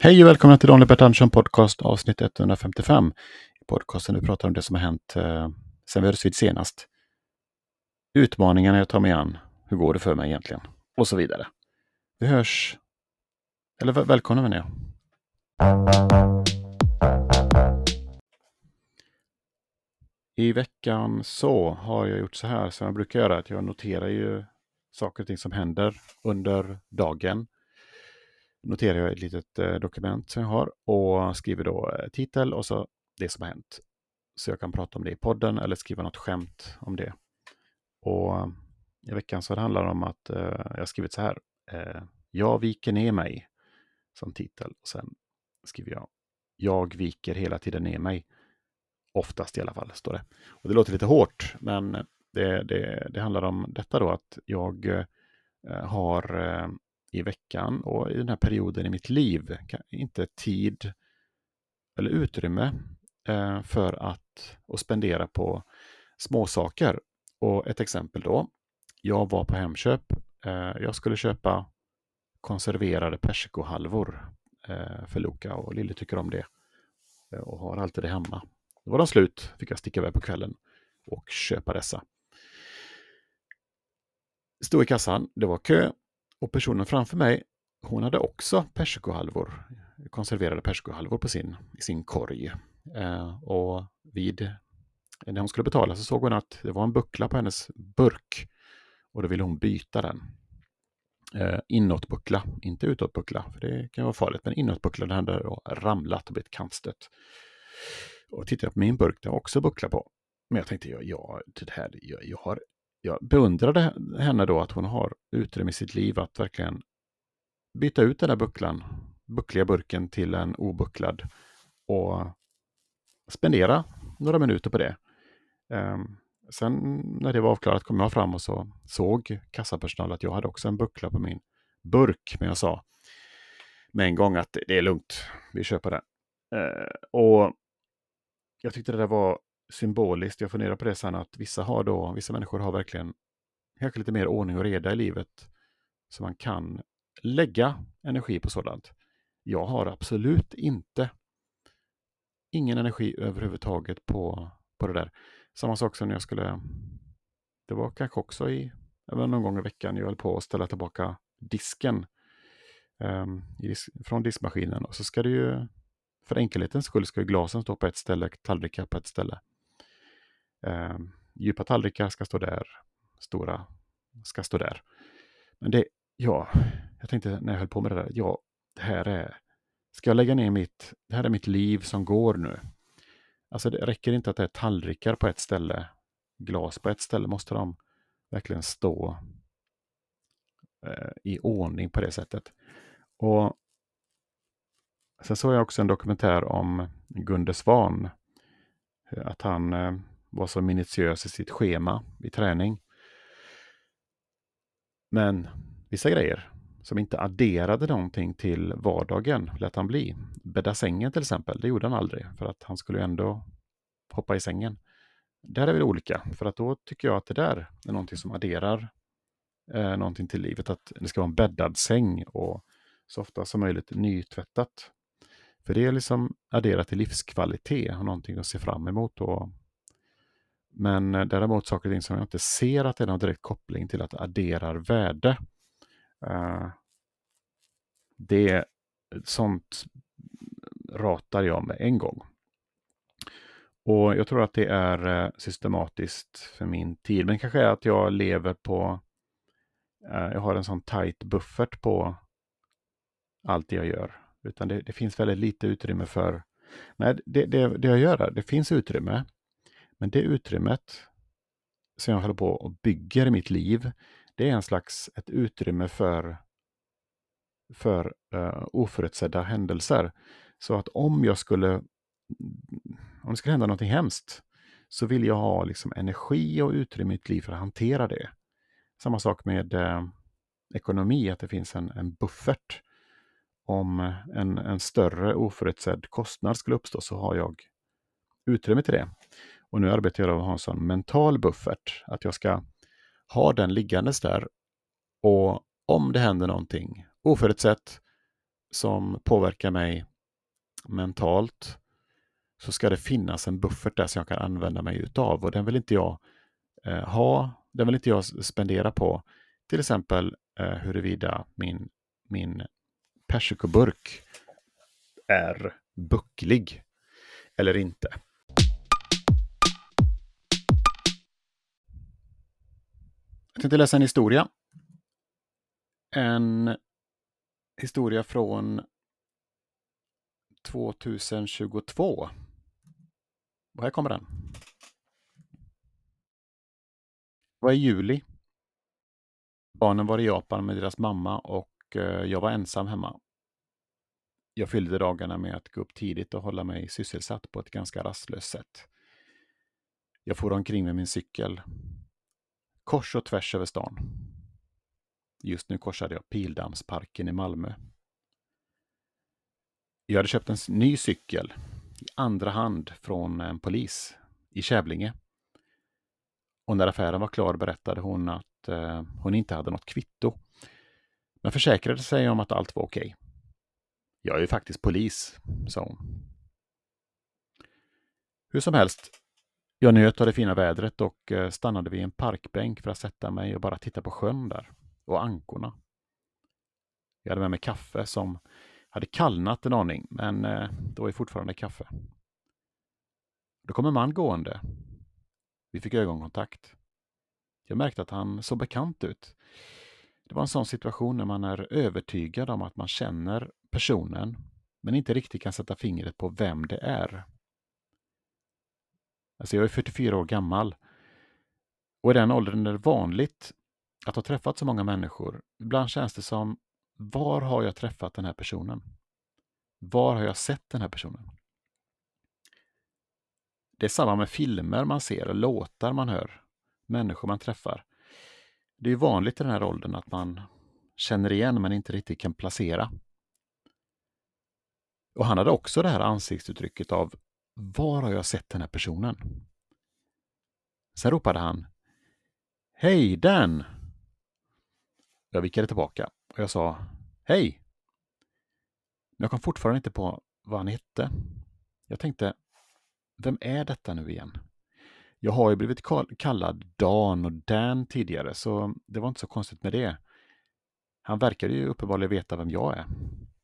Hej och välkomna till Daniel Bert Andersson podcast avsnitt 155. I podcasten vi pratar om det som har hänt sen vi hördes vid senast. Utmaningarna jag tar mig an. Hur går det för mig egentligen? Och så vidare. Vi hörs. Eller välkomna menar jag. I veckan så har jag gjort så här som jag brukar göra. Att jag noterar ju saker och ting som händer under dagen. Noterar jag ett litet dokument som jag har och skriver då titel och så det som har hänt. Så jag kan prata om det i podden eller skriva något skämt om det. Och i veckan så handlar det om att jag har skrivit så här. Jag viker ner mig som titel. Och sen skriver jag viker hela tiden ner mig. Oftast i alla fall står det. Och det låter lite hårt men det handlar om detta då att jag har i veckan och i den här perioden i mitt liv inte tid eller utrymme för att spendera på små saker. Och ett exempel då, jag var på Hemköp. Jag skulle köpa konserverade persikohalvor för Luca och Lille tycker om det och har alltid det hemma. Då var de slut, fick jag sticka iväg på kvällen och köpa dessa. Stod i kassan, det var kö och personen framför mig, hon hade också persikohalvor, konserverade persikohalvor i sin korg. Och när hon skulle betala så såg hon att det var en buckla på hennes burk och då ville hon byta den. Inåtbuckla, inte utåtbuckla, för det kan vara farligt, men inåtbuckla den hade ramlat och blivit kantstött. Och tittade på min burk, det var också buckla på. Men jag tänkte, jag beundrade henne då att hon har utrymme i sitt liv att verkligen byta ut den där buckliga burken till en obucklad och spendera några minuter på det. Sen när det var avklarat kom jag fram och så såg kassapersonal att jag hade också en buckla på min burk. Men jag sa med en gång att det är lugnt, vi köper den. Och jag tyckte det där var symboliskt. Jag funderar på det sen att vissa människor har verkligen kanske lite mer ordning och reda i livet så man kan lägga energi på sådant. Jag har absolut ingen energi överhuvudtaget på det där. Samma sak som när det var kanske också någon gång i veckan jag höll på att ställa tillbaka disken från diskmaskinen och så ska det ju för enkelhetens skull ska ju glasen stå på ett ställe, tallrikar på ett ställe. Djupa tallrikar ska stå där, stora ska stå där. Men jag tänkte när jag höll på med det där, ska jag lägga ner det här är mitt liv som går nu. Alltså det räcker inte att det är tallrikar på ett ställe, glas på ett ställe, måste de verkligen stå i ordning på det sättet. Och sen såg jag också en dokumentär om Gunde Svan, att han var så minutiös i sitt schema i träning. Men vissa grejer som inte adderade någonting till vardagen lät han bli. Bädda sängen till exempel, det gjorde han aldrig för att han skulle ju ändå hoppa i sängen. Där är vi olika, för att då tycker jag att det där är någonting som adderar någonting till livet. Att det ska vara en bäddad säng och så ofta som möjligt nytvättat. För det är liksom adderat till livskvalitet och någonting att se fram emot. Men däremot saker och ting som jag inte ser att det är någon direkt koppling till att det adderar värde. Sånt ratar jag med en gång. Och jag tror att det är systematiskt för min tid. Men kanske är att jag lever på... jag har en sån tight buffert på allt det jag gör. Utan det finns väldigt lite utrymme för... Nej, det jag gör, det finns utrymme. Men det utrymmet som jag håller på och bygger i mitt liv, det är ett utrymme för oförutsedda händelser. Så att om det skulle hända någonting hemskt så vill jag ha liksom energi och utrymme i mitt liv för att hantera det. Samma sak med ekonomi, att det finns en buffert. Om en större oförutsedd kostnad skulle uppstå så har jag utrymme till det. Och nu arbetar jag med att ha en sån mental buffert. Att jag ska ha den liggandes där. Och om det händer någonting oförutsett som påverkar mig mentalt, så ska det finnas en buffert där som jag kan använda mig utav. Och den vill inte jag ha. Den vill inte jag spendera på till exempel huruvida min persikoburk är bucklig eller inte. Jag tänkte läsa en historia. En historia från 2022. Och här kommer den. Det var i juli. Barnen var i Japan med deras mamma och jag var ensam hemma. Jag fyllde dagarna med att gå upp tidigt och hålla mig sysselsatt på ett ganska rastlöst sätt. Jag for omkring med min cykel. Kors och tvärs över stan. Just nu korsade jag Pildammsparken i Malmö. Jag hade köpt en ny cykel i andra hand från en polis i Kävlinge. Och när affären var klar berättade hon att hon inte hade något kvitto. Men försäkrade sig om att allt var okej. Jag är ju faktiskt polis, sa hon. Hur som helst, jag njöt av det fina vädret och stannade vid en parkbänk för att sätta mig och bara titta på sjön där och ankorna. Jag hade med mig kaffe som hade kallnat en aning, men det var ju fortfarande kaffe. Då kom en man gående. Vi fick ögonkontakt. Jag märkte att han såg bekant ut. Det var en sån situation när man är övertygad om att man känner personen, men inte riktigt kan sätta fingret på vem det är. Alltså jag är 44 år gammal. Och i den åldern är det vanligt att ha träffat så många människor. Ibland känns det som, var har jag träffat den här personen? Var har jag sett den här personen? Det är samma med filmer man ser, låtar man hör, människor man träffar. Det är vanligt i den här åldern att man känner igen men inte riktigt kan placera. Och han hade också det här ansiktsuttrycket av, var har jag sett den här personen? Sen ropade han, hej Dan! Jag vickade tillbaka och jag sa, hej! Men jag kom fortfarande inte på vad han hette. Jag tänkte, vem är detta nu igen? Jag har ju blivit kallad Dan och Dan tidigare, så det var inte så konstigt med det. Han verkade ju uppenbarligen veta vem jag är.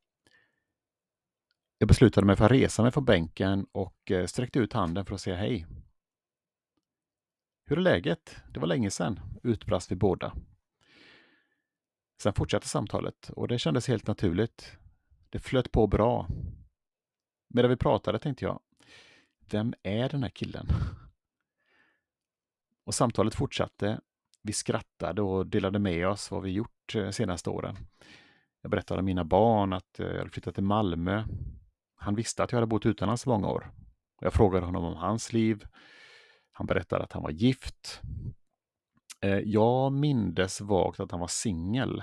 Jag beslutade mig för att resa mig från bänken och sträckte ut handen för att säga hej. Hur är läget? Det var länge sedan, utbrast vi båda. Sen fortsatte samtalet och det kändes helt naturligt. Det flöt på bra. Medan vi pratade tänkte jag, vem är den här killen? Och samtalet fortsatte. Vi skrattade och delade med oss vad vi gjort senaste åren. Jag berättade om mina barn, att jag hade flyttat till Malmö. Han visste att jag hade bott utomlands många år. Jag frågade honom om hans liv. Han berättade att han var gift. Jag mindes vagt att han var singel.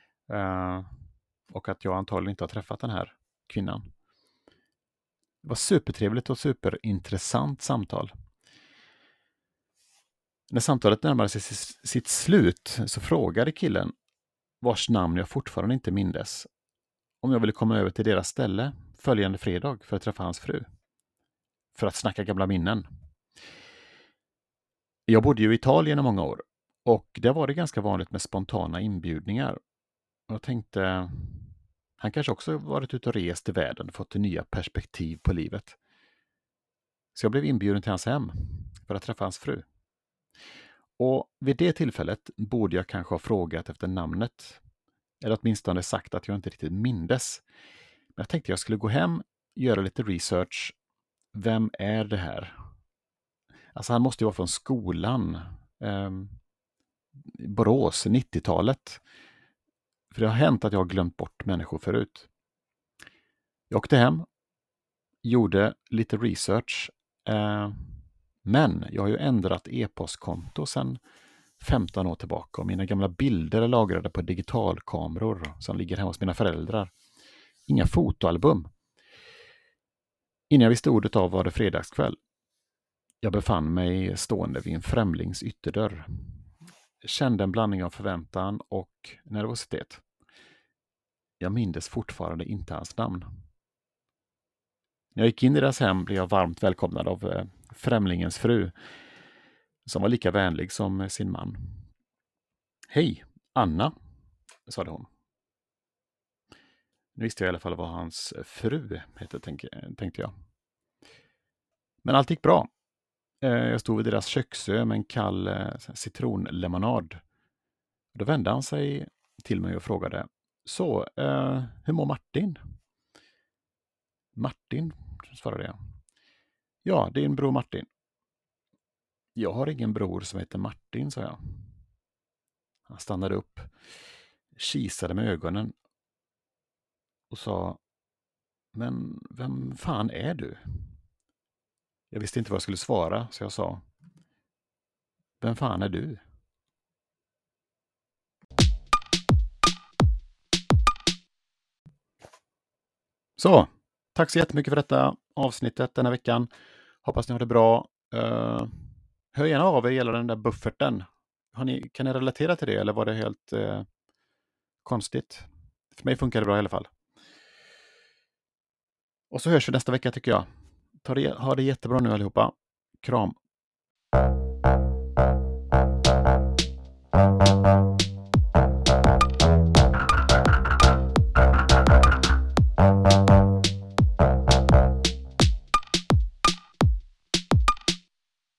Och att jag antagligen inte har träffat den här kvinnan. Det var supertrevligt och superintressant samtal. När samtalet närmade sig sitt slut så frågade killen, vars namn jag fortfarande inte mindes, om jag ville komma över till deras ställe följande fredag för att träffa hans fru. För att snacka gamla minnen. Jag bodde ju i Italien i många år och där var det ganska vanligt med spontana inbjudningar. Jag tänkte, han kanske också varit ute och rest i världen och fått nya perspektiv på livet. Så jag blev inbjuden till hans hem för att träffa hans fru. Och vid det tillfället borde jag kanske ha frågat efter namnet. Eller åtminstone sagt att jag inte riktigt mindes. Men jag tänkte jag skulle gå hem, göra lite research. Vem är det här? Alltså han måste ju vara från skolan. Borås, 90-talet. För det har hänt att jag har glömt bort människor förut. Jag åkte hem, gjorde lite research. Men jag har ju ändrat e-postkonto sedan 15 år tillbaka och mina gamla bilder är lagrade på digitalkameror som ligger hemma hos mina föräldrar. Inga fotoalbum. Innan jag visste ordet av var det fredagskväll. Jag befann mig stående vid en främlings ytterdörr. Kände en blandning av förväntan och nervositet. Jag mindes fortfarande inte hans namn. När jag gick in i deras hem blev jag varmt välkomnad av främlingens fru, som var lika vänlig som sin man. Hej, Anna, sade hon. Nu visste jag i alla fall vad hans fru hette, tänkte jag. Men allt gick bra. Jag stod vid deras köksö med en kall citronlemonad. Då vände han sig till mig och frågade: Så, hur mår Martin? Martin, svarade jag. Ja, din bror Martin. Jag har ingen bror som heter Martin, sa jag. Han stannade upp, kisade med ögonen och sa: Men vem fan är du? Jag visste inte vad jag skulle svara, så jag sa: Vem fan är du? Så, tack så jättemycket för detta avsnittet denna veckan. Hoppas ni har det bra. Hör gärna av er gällande den där bufferten. Kan ni relatera till det eller var det helt konstigt? För mig funkar det bra i alla fall. Och så hörs vi nästa vecka tycker jag. Ha det jättebra nu allihopa. Kram!